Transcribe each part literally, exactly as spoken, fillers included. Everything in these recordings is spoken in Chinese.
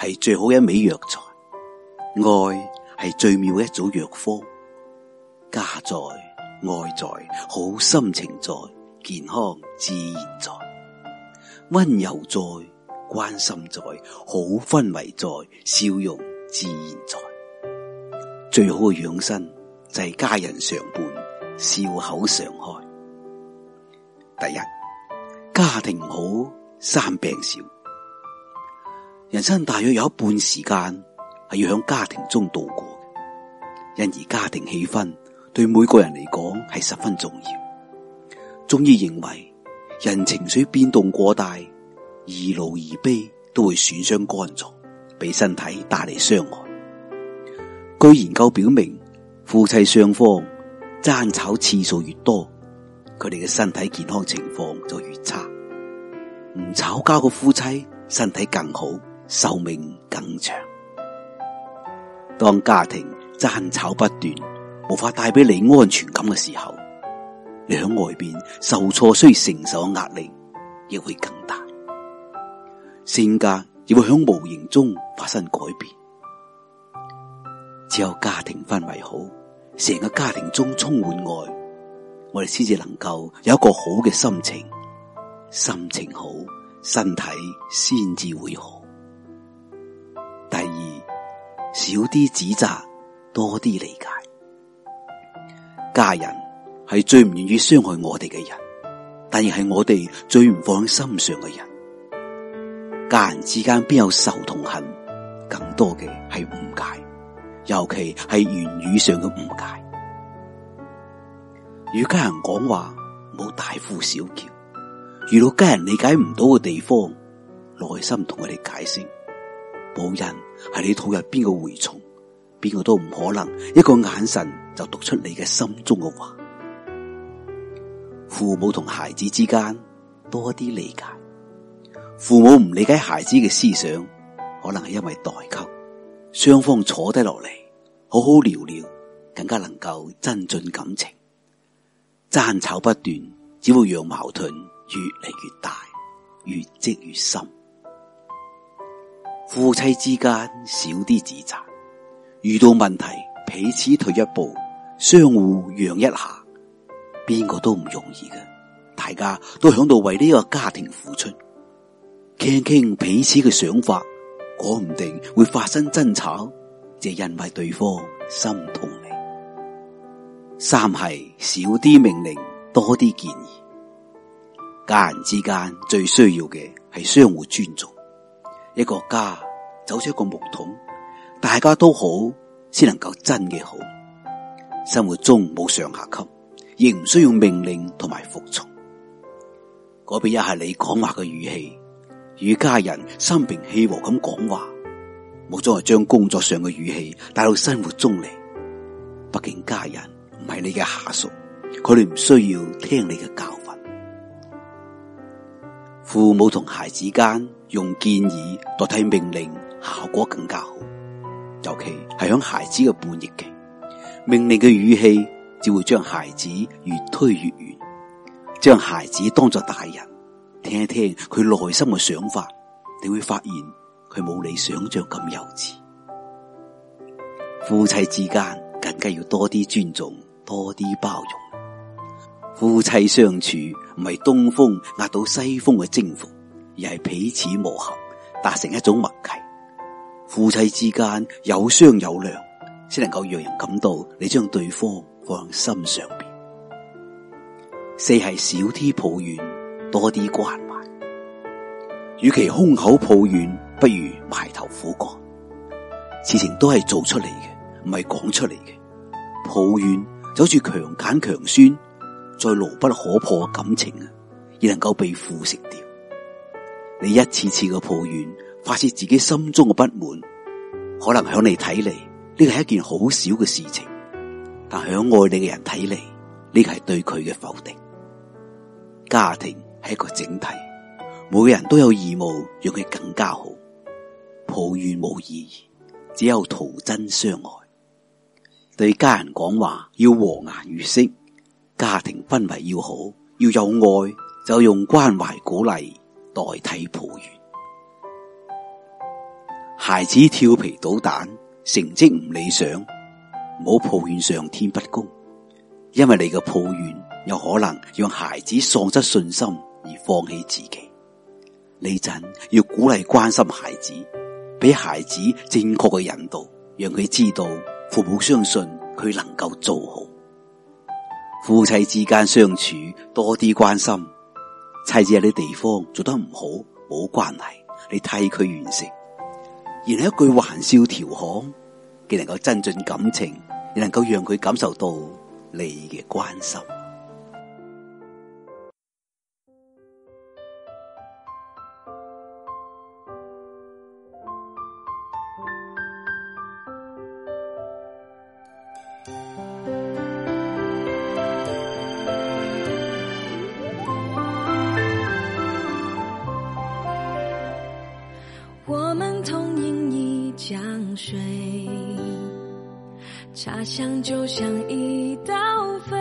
係最好嘅一味藥材，愛係最妙嘅一組藥方。家在愛在，好心情在，健康自然在，溫柔在，關心在，好氛圍在，笑容自然在。最好嘅養生就係家人常伴，笑口常開。第一，家庭好，生病少。人生大約有一半時間係要響家庭中度過嘅，因而家庭氣氛對每個人嚟講係十分重要。中醫認為，人情緒變動過大，易怒易悲都會損傷肝臟，俾身體帶嚟傷害。據研究表明，夫妻雙方爭吵次數越多，佢哋嘅身體健康情況就越差。唔吵交嘅夫妻身體更好，壽命更長。當家庭爭吵不斷，無法帶俾你安全感嘅時候，你響外邊受挫需承受嘅壓力亦會更大，性格亦會響無形中發生改變。只有家庭氛圍好，成個家庭中充滿愛，我哋先至能夠有一個好嘅心情，心情好，身體先至會好。第二，少啲指責，多啲理解。家人係最唔願意傷害我哋嘅人，但亦係我哋最唔放喺心上嘅人。家人之間邊有仇同恨，更多嘅係誤解，尤其係言語上嘅誤解。與家人講話，唔好大呼小叫，遇到家人理解唔到嘅地方，耐心同佢哋解釋。冇人係你肚入邊個蛔蟲，邊個都唔可能一個眼神就讀出你嘅心中嘅話。父母同孩子之間多啲理解，父母唔理解孩子嘅思想，可能係因為代溝。雙方坐低落嚟，好好聊聊，更加能夠增進感情。爭吵不斷，只會讓矛盾越嚟越大，越積越深。夫妻之間少啲指責，遇到問題彼此退一步，相互讓一下。邊個都唔容易嘅，大家都響度為呢個家庭付出。傾傾彼此嘅想法，講唔定會發生爭吵，只係因為對方心痛你。三係少啲命令，多啲建議。家人之間最需要嘅係相互尊重。一個家就好似一個木桶，大家都好先能夠真嘅好。生活中冇上下級，亦唔需要命令同埋服從。嗰邊一係你講話嘅語氣，與家人心平氣和咁講話，冇總係將工作上嘅語氣帶到生活中嚟。畢竟家人唔係你嘅下屬，佢哋唔需要聽你嘅教訓。父母同孩子間用建議代替命令，效果更加好。尤其係響孩子嘅叛逆期，命令嘅語氣只會將孩子越推越遠。將孩子當作大人，聽一聽佢內心嘅想法，你會發現佢冇你想象咁幼稚。夫妻之間更加要多啲尊重，多啲包容。夫妻相處唔係東風壓到西風嘅征服，而係彼此磨合，達成一種默契。夫妻之間有商有量，先能夠讓人感到你將對方放喺心上邊。四係少啲抱怨，多啲關懷。與其空口抱怨，不如埋頭苦幹。事情都係做出嚟嘅，唔係講出嚟嘅。抱怨就好似強鹼強酸，再牢不可破嘅感情啊，亦能夠被腐蝕掉。你一次次嘅抱怨，發洩自己心中嘅不滿，可能響你睇嚟呢個係一件好小嘅事情，但響愛你嘅人睇嚟，呢個係對佢嘅否定。家庭係一個整體，每個人都有義務讓佢更加好。抱怨冇意義，只有徒增傷害。對家人講話要和顏悅色，家庭氛圍要好，要有愛，就用關懷鼓勵代替抱怨。 孩子調皮搗蛋，成績唔理想，唔好抱怨上天不公，因為你嘅抱怨有可能讓孩子喪失信心而放棄自己。呢陣要鼓勵關心孩子，俾孩子正確嘅引導，讓佢知道父母相信佢能夠做好。夫妻之間相處多啲關心，妻子有啲地方做得唔好冇關係，你替佢完成。然後一句玩笑調侃，既能夠增進感情，亦能夠讓佢感受到你嘅關心。 我们同饮一江水，茶香就像一道粉，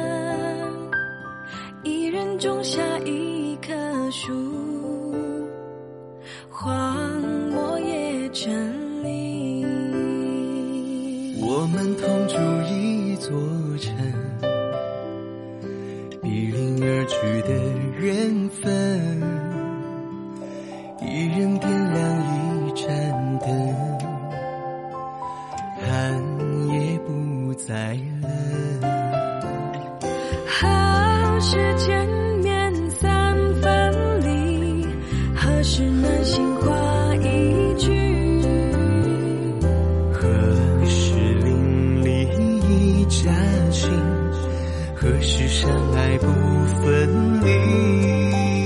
一人种下一棵树，荒漠也成林。 我们同住一座城，比邻而居的缘分，一人点亮一盏灯，寒夜不再冷。 何时见面三分离，何时能心话一句， 何时淋漓一家亲，何时相爱不分离。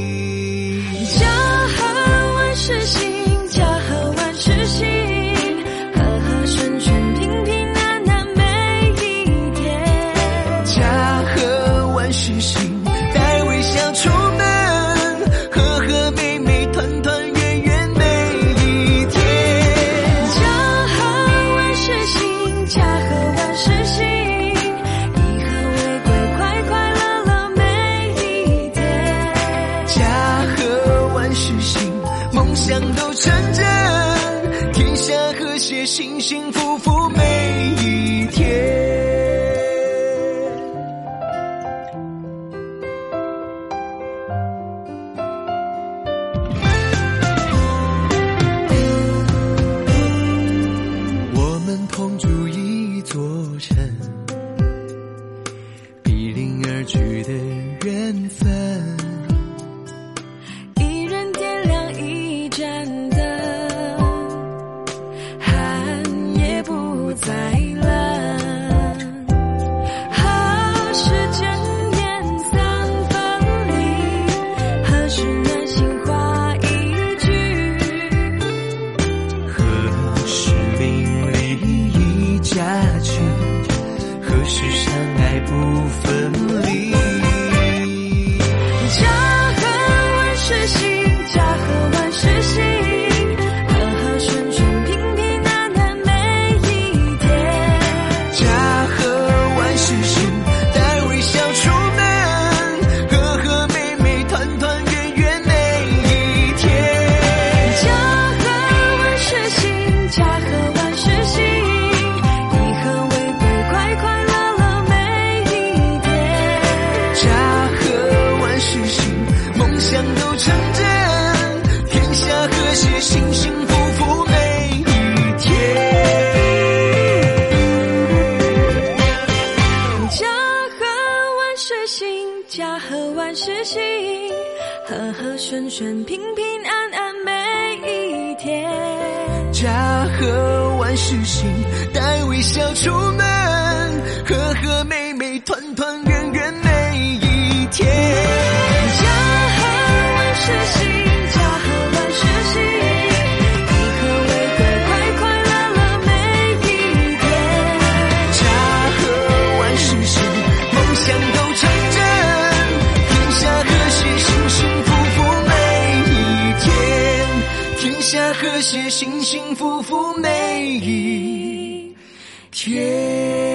是心，家和万事兴，和和顺顺，平平安安每一天。 家和万事兴，带微笑出门，和和美美，团团圆圆每一天。 家和万事兴，家和万事兴，以和为贵，快快乐乐每一天。 家和万事兴，梦想都成真，天下和谐，幸幸福福每一天。我们同住一座城，比邻而居的缘分， 再冷，何时见面三分离，何时能心话一句， 何时淋漓一家亲，何时相爱不分离。 家和万事兴，家和万事兴，和和顺顺，平平安安每一天。 家和万事兴，带微笑出门，和和美美，团团圆圆每一天。 家和万事兴，家和万事兴，以和为贵，快快乐乐每一天。 家和万事兴，梦想都成真，天下和谐，幸幸福福每一天。 家和万事兴，和和顺顺，平平安安每一天。 家和万事兴，带微笑出门，和和美美，团团圆圆每一天。 家和万事兴，家和万事兴，以和为贵，快快乐乐每一天。 家和万事兴，梦想都成真，天下和谐，幸幸福福每一天。天下和谐，幸幸福福每一天。